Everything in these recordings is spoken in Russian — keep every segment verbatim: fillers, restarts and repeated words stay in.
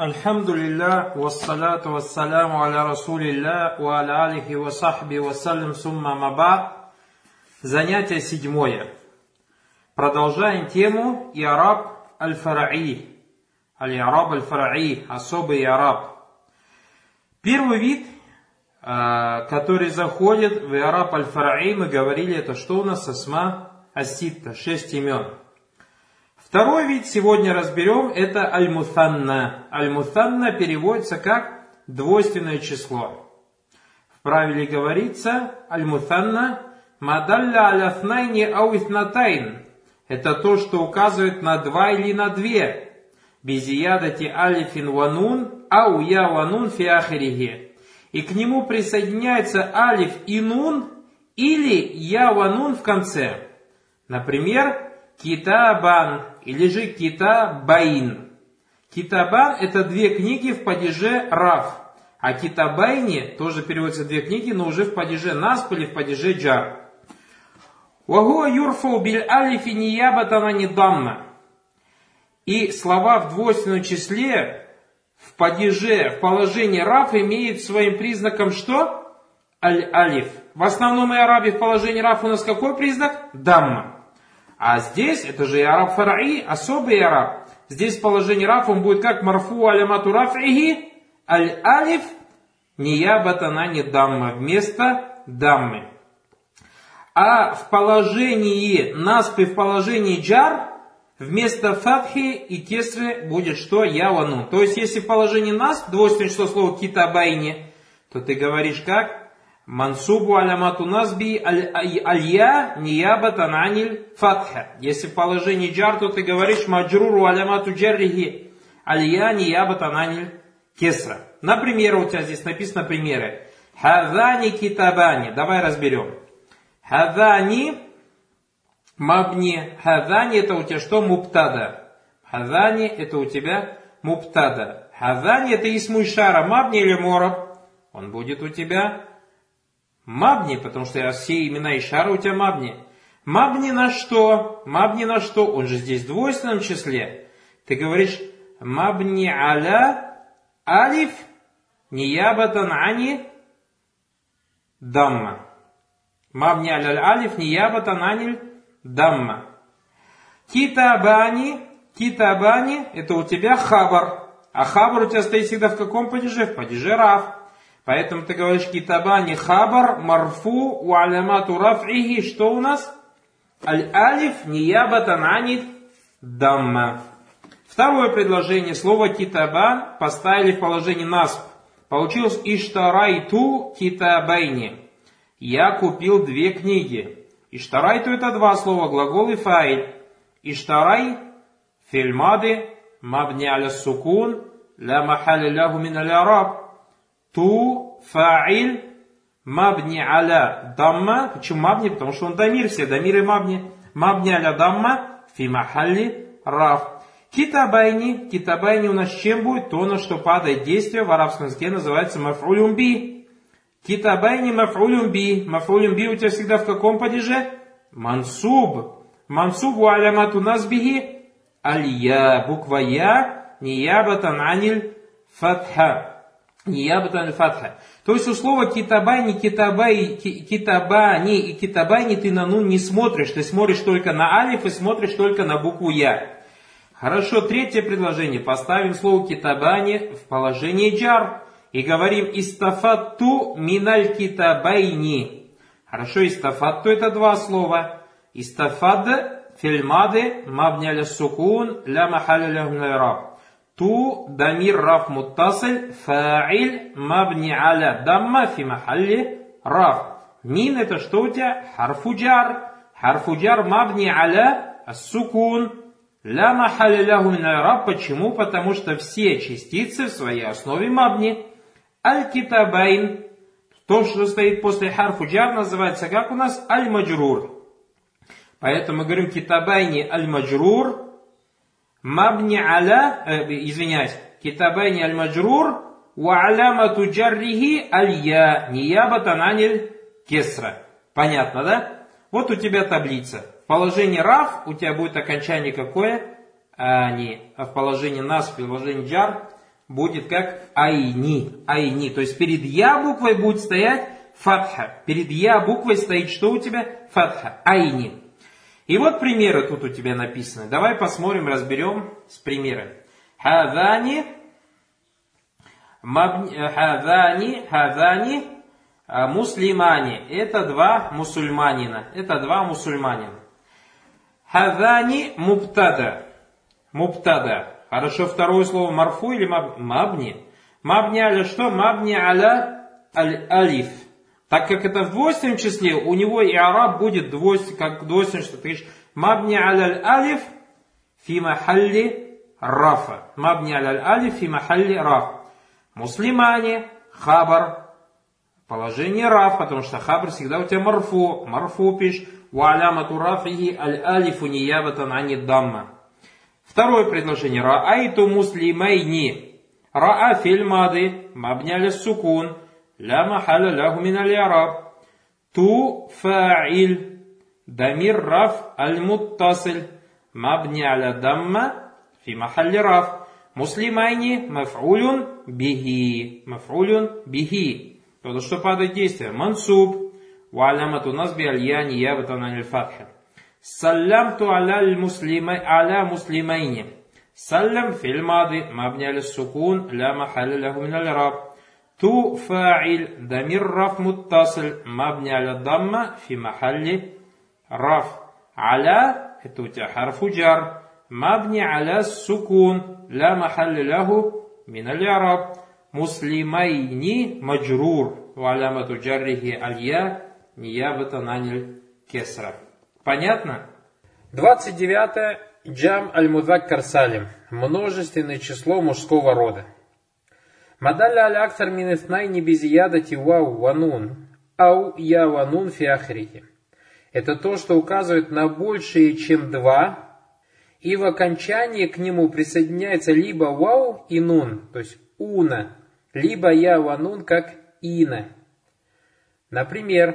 Альхамдулилля, вассаляту вассаляму аля расулилля, ва аля алихи ва сахби вассалям сумма маба. Занятие седьмое. Продолжаем тему и'раб аль-фара'i. Аль-и'раб аль-фара'i, особый и'раб. Первый вид, который заходит в и'раб аль-фара'i, мы говорили, это что у нас? Асма ас-ситта, шесть имен. Второй вид сегодня разберем, это аль-мутанна. Аль-мутанна переводится как двойственное число. В правиле говорится, аль-мутанна мадалля аляфнайни ау итнатайн. Это то, что указывает на два или на две. Безиядати алифин ванун ау я ванун фи ахирихи. И к нему присоединяется алиф и нун или я ванун в конце. Например, китабан или же китабайн. Китабан это две книги в падеже раф. А китабайни тоже переводятся две книги, но уже в падеже насб или в падеже джар. Вагуа юрфу биль алифи ниябатана нидамма. И слова в двойственном числе в падеже, в положении раф имеют своим признаком что? Аль-алиф. В основном и'рабе в положении раф у нас какой признак? Дамма. А здесь, это же и'раб фара'i, особый и'раб. Здесь в положении раф он будет как марфу алямату раф'ихи, аль-алиф, ниябатана ни дамма, вместо даммы. А в положении насб и в положении джар, вместо фатхи и кесры будет что? Явану. То есть, если в положении насб, двойственное число слова китабайни, то ты говоришь как? Мансубу алямату насби аль-я ниябатан аниль фатха. Если в положении джар, то ты говоришь маджруру алямату джаррихи аль-я ниябатан аниль кесра. Например, у тебя здесь написано примеры. Хазани китабани. Давай разберем. Хазани мабни. Хазани это у тебя что? Мубтада. Хазани это у тебя мубтада. Хазани это исму ишара. Мабни или мораб? Он будет у тебя мабни, потому что все имена ишара у тебя мабни. Мабни на что? Мабни на что? Он же здесь в двойственном числе. Ты говоришь мабни аля алиф ниябатан ани дамма. Мабни аля алиф ниябатан ани дамма. Китабани. Китабани это у тебя хабар. А хабар у тебя стоит всегда в каком падеже? В падеже раф. Поэтому ты говоришь китабани хабар марфу у алямату раф'ихи. Что у нас? Аль-алиф ниябатан ани дамма. Второе предложение. Слово китаба поставили в положении насб. Получилось иштарайту китабайни. Я купил две книги. Иштарайту это два слова. Глагол и фаиль. Иштарай фильмады мабни аля сукун ла махалля лаху мин аль-араб. Ту фаиль мабни аля дамма. Почему мабни? Потому что он дамир, все дамиры мабни. Мабни аля дамма фи махалли раф. Китабайни. Китабайни у нас чем будет? То, на что падает действие, в арабском языке называется маф'улюм би. Китабайни маф'улюм би. Маф'улюм би у тебя всегда в каком падеже? Мансуб. Мансубу алямату насбихи аль-я. Буква я ниябатан аниль фатха. Ниябатан аль-фатха. То есть у слова китабайни, китабай, китабани и китабайни ты на нун не смотришь. Ты смотришь только на алиф и смотришь только на букву я. Хорошо, третье предложение. Поставим слово китабани в положение джар. И говорим истафатту миналь китабайни. Хорошо, истафатту это два слова. Истафад фильмады мабни аля сукун ля махалля лаху мин аль-ираб. Ту дамир раф муттасиль фаиль мабни аля дамма фи махалли раф. Мин это что у тебя? Харфу джар. Харфу джар мабни аля ас-сукун ля махалли лаху мин аль-ираб. Почему? Потому что все частицы в своей основе мабни. Аль-китабайн. То, что стоит после харфу джар, называется как у нас? Аль-маджрур. Поэтому мы говорим китабайни аль-маджрур. Мабни аля, э, извиняюсь, китабайни аль-маджрур, ва алямату джаррихи аль-я, ниябатан аниль кесра. Понятно, да? Вот у тебя таблица. В положении раф у тебя будет окончание какое? Ани. А в положении насб, в положении джар будет как айни. Айни. То есть перед я буквой будет стоять фатха. Перед я буквой стоит что у тебя? Фатха. Айни. И вот примеры тут у тебя написаны. Давай посмотрим, разберем с примерами. Хазани, мабни, хазани, хазани, муслимани. Это два мусульманина. Это два мусульманина. Хазани мубтада. Мубтада. Хорошо, второе слово марфу или маб, мабни? Мабни аля что? Мабни аля аль-алиф. Так как это в двойственном числе, у него и араб будет двойственный, как двойственный, что ты говоришь, мабни аля алиф фи махалли рафа. Мабни аля алиф фи махалли раф. Муслимане, хабар, положение раф, потому что хабар всегда у тебя марфу. Марфу пишешь, ва алямату рафихи аль алифу ниябатан ани дамма. Второе предложение. Раайту муслимайни. Раа фил мады, мабни аля сукун. لا محل له من الإعراب تو فاعل ضمير رفع المتصل مبني على الضمة في محل رفع مسلمين مفعول به مفعول به то что падает действие منصوب وعلامة نصبه الياء نيابة عن الفتح سلمت على المسلمين على مسلمين سلم في الماضي مبني على السكون لا محل له من الإعراب تو فاعل ضمير رفع متصل مبني على الضمة في محل رفع على это у тебя حرف جر مبني على السكون لا محل له من الإعراب مسلمين مجرور وعلامة جره الياء نيابة عن الكسرة. Понятно? двадцать девятое. Джам аль-мудзаккар салим. Множественное число мужского рода. Мадалля аль-аксар мин итhnайни безиядати вау ванун, ау я ванун фи ахрихи. Это то, что указывает на большее, чем два, и в окончании к нему присоединяется либо вау и нун, то есть уна, либо я ванун, как ина. Например,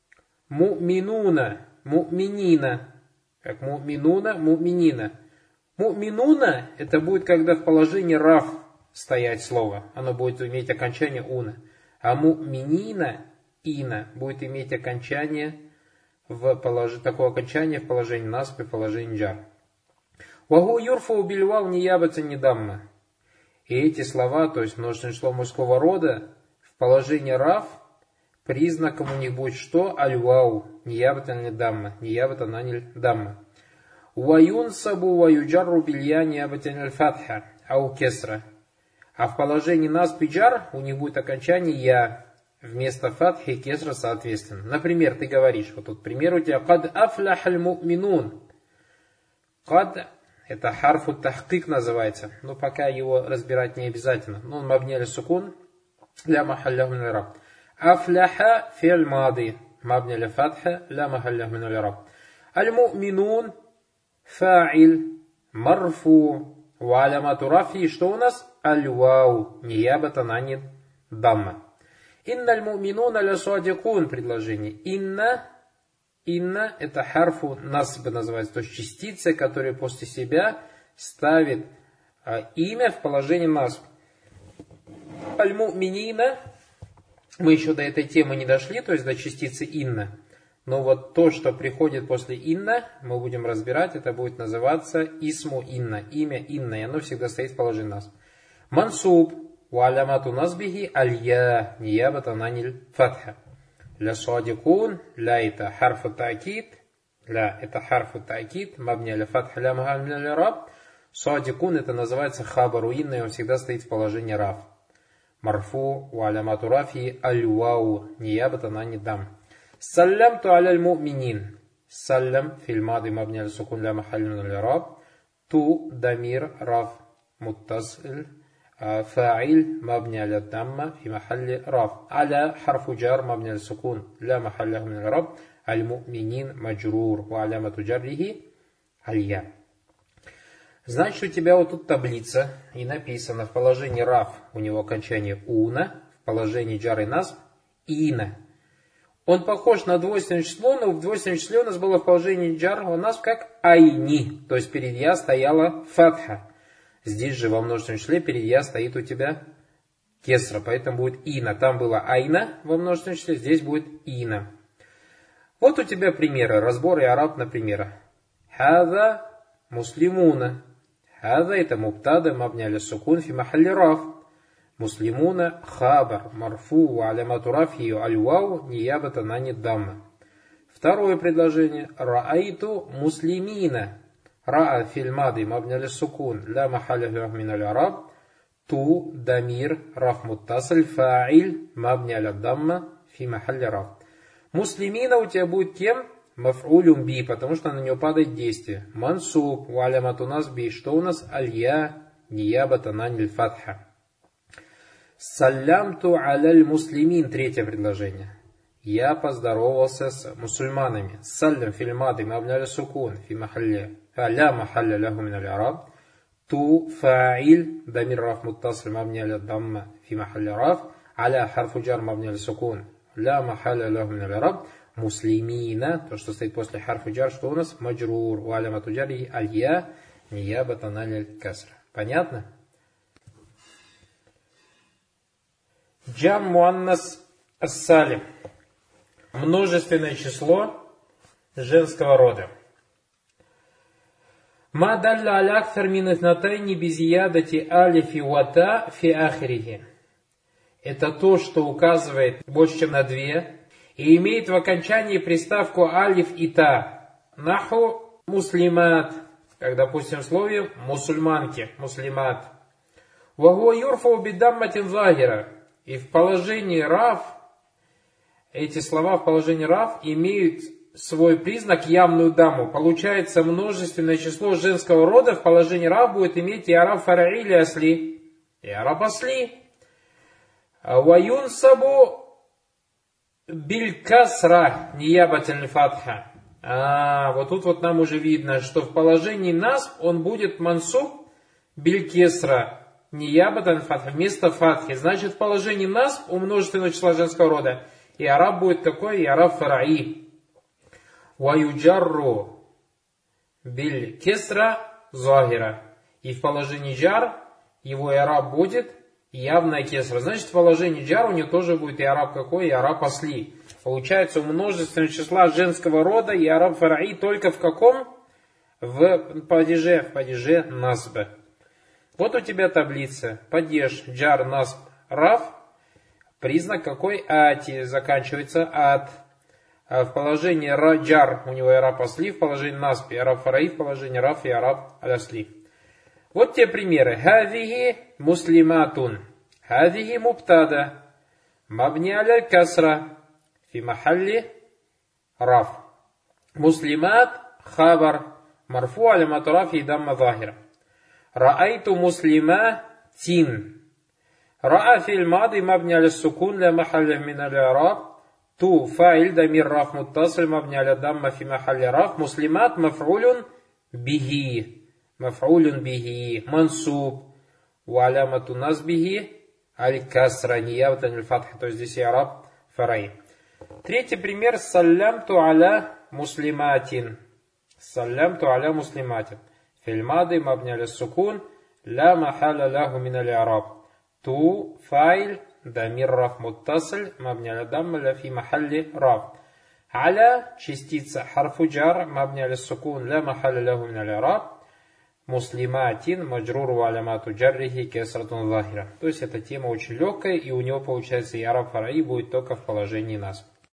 му'минуна, му'минина, как му'минуна, му'минина. Му'минуна это будет, когда в положении раф стоять слово. Оно будет иметь окончание уна. А му'минина, ина, будет иметь окончание в полож... такое окончание в положении насб и в положении джар. Вагу юрфу бильвау ниябата недамма. И эти слова, то есть множественное число мужского рода, в положении раф, признаком у них будет что? Аль-вау, ниябата недамма, ниябата наниль дамма. Ваюн сабу ваюджарру билья ниябата аль-фатха, ау кесра. А в положении насб и джар у них будет окончание я вместо фатхи и кесра соответственно. Например, ты говоришь, вот тут пример у тебя, «Кад афляхаль му'минун». «Кад» это харфу тахкик называется, но пока его разбирать не обязательно. Но он мабни аль сукун, ля махалля мин аль-раб. Афляха фи'ль мади, мабни аль фатха, ля махалля мин аль-раб. Аль-му'минун фа'иль марфу. Ва алямату рафи, что у нас? Аль-вау, ниябатан ани дамма. Инна аль-му'минуна ля суадикун, предложение. Инна, инна, это харфу насб называется, то есть частица, которая после себя ставит а, имя в положении насб. Аль-му'минина, мы еще до этой темы не дошли, то есть до частицы инна. Но вот то, что приходит после инна, мы будем разбирать, это будет называться исму инна, имя инна, и оно всегда стоит в положении насб. Мансуб, ва алямату насбихи аль-я, ниябатан аниль фатха. Ля садикун, ля это харфу та'кид, ля это харфу та'кид, мабни аля фатха ля махаль мин аль-раб. Садикун это называется хабару инна, и он всегда стоит в положении раф. Марфу, ва алямату рафи аль-вау, ниябатан аниль дам. Саллямту аляль му'минин. Саллям фил мади мабни аль сукун ля махаль мин аль-раб. Ту дамир раф муттасиль. فاعل مبني على الضمة في محل رفع على حرف جر مبني على السكون لا محل له من الإعراب المؤمنين مجرور وعلامة جره الياء. Значит, у тебя вот тут таблица и написано в положении раф у него окончание уна, в положении джар и насб ина. Он похож на двойственное число, но в двойственном числе у нас было в положении джар у нас как айни, то есть перед я стояла фатха. Здесь же во множественном числе перед я стоит у тебя кесра, поэтому будет ина. Там было айна во множественном числе, здесь будет ина. Вот у тебя примеры, разбор и араб на примерах. Хаза муслимуна. Хаза это мубтада, мабни аля сукун фи махалли раф. Муслимуна хабар, марфу, алямату рафию, аль-вау, ниябатан ани дамма. Второе предложение. Раайту муслимина. Ра фил мади мабни аля сукун, ла махалля мин аль-араб. Ту дамир раф муттасаль фаиль мабни аля дамма фи махалли раф. Муслимина у тебя будет кем? Маф'улюм би, потому что на него падает действие. Мансуб, ва алямату насби, что у нас? Аль-я, ниябатан ани аль-фатха. Салямту аляль муслимин. Третье предложение. Я поздоровался с мусульманами. Саллям фил мади мабни аля сукун фи махалля ля махалля лаху мин аль-араб. Ту фаиль дамир раф муттасиль мабни аля дамма фи махалли раф. Аля харфу джар мабни аля сукун ля махалля лаху мин аль-араб. Муслимина, то, что стоит после харфу джар, что у нас? Маджрур. Ва алямату джари аль-я ниябатан ани аль-касра. Понятно? Джам муаннас ас-салим. Множественное число женского рода. Ма далля аля акфар мин итнатайни безиядати алифи вата фи ахрихи. Это то, что указывает больше, чем на две, и имеет в окончании приставку алиф и та. Наху муслимат, как, допустим, в слове мусульманки, муслимат. Вахуа юрфау бидамматин захира. И в положении раф, эти слова в положении раф имеют свой признак явную даму. Получается, множественное число женского рода в положении раф будет иметь и араб фараи или асли. И араб асли. Ваюн сабу биль касра ниябаталь фатха. А, вот тут вот нам уже видно, что в положении насб он будет мансуб биль кесра. Ниябатан фатха, вместо фатхи. Значит, в положении насб у множественного числа женского рода и араб будет какой? И араб фараи. Ваюджарру биль кесра захира. И в положении джар его и араб будет явная кесра. Значит, в положении джар у него тоже будет и араб какой? И араб асли. Получается, у множественного числа женского рода и араб фараи только в каком? В падеже, в падеже насба. Вот у тебя таблица. Падеж, джар, насб, раф. Признак какой? Ати. Заканчивается ат. А в положении раджар у него и араб асли. В положении насб и араб фараи. В положении раф и араб асли. Вот те примеры. Хазихи муслиматун. Хазихи мубтада. Мабни аля касра. Фи махалли раф. Муслимат хабар. Марфу алямату рафи дамма захира. Раайту муслиматин. Раа фил мади мабни аля сукун ля махалля мин аля араб. Ту фаиль дамир раф муттасиль мабни аля дамма фи махалли раф. Муслимат маф'улюн бихи. Маф'улюн бихи. Мансуб. Ва алямату насбихи аль-касра ниябатан аль-фатха. То есть здесь и араб фараи. Третий пример. Саллямту аля муслиматин. Саллямту аля муслиматин. Фильмады мабни аля сукун ля махаля лаху мин аля араб. Ту фаиль дамир раф муттасиль мабни аля дамма ля фи махалли раф. Аля частица харфу джар мабни аля сукун ля махаля лаху мин аля араб. Муслиматин маджрур ва алямату джаррихи кесратун захира. То есть эта тема очень легкая, и у него получается и араб фараи будет только в положении насб.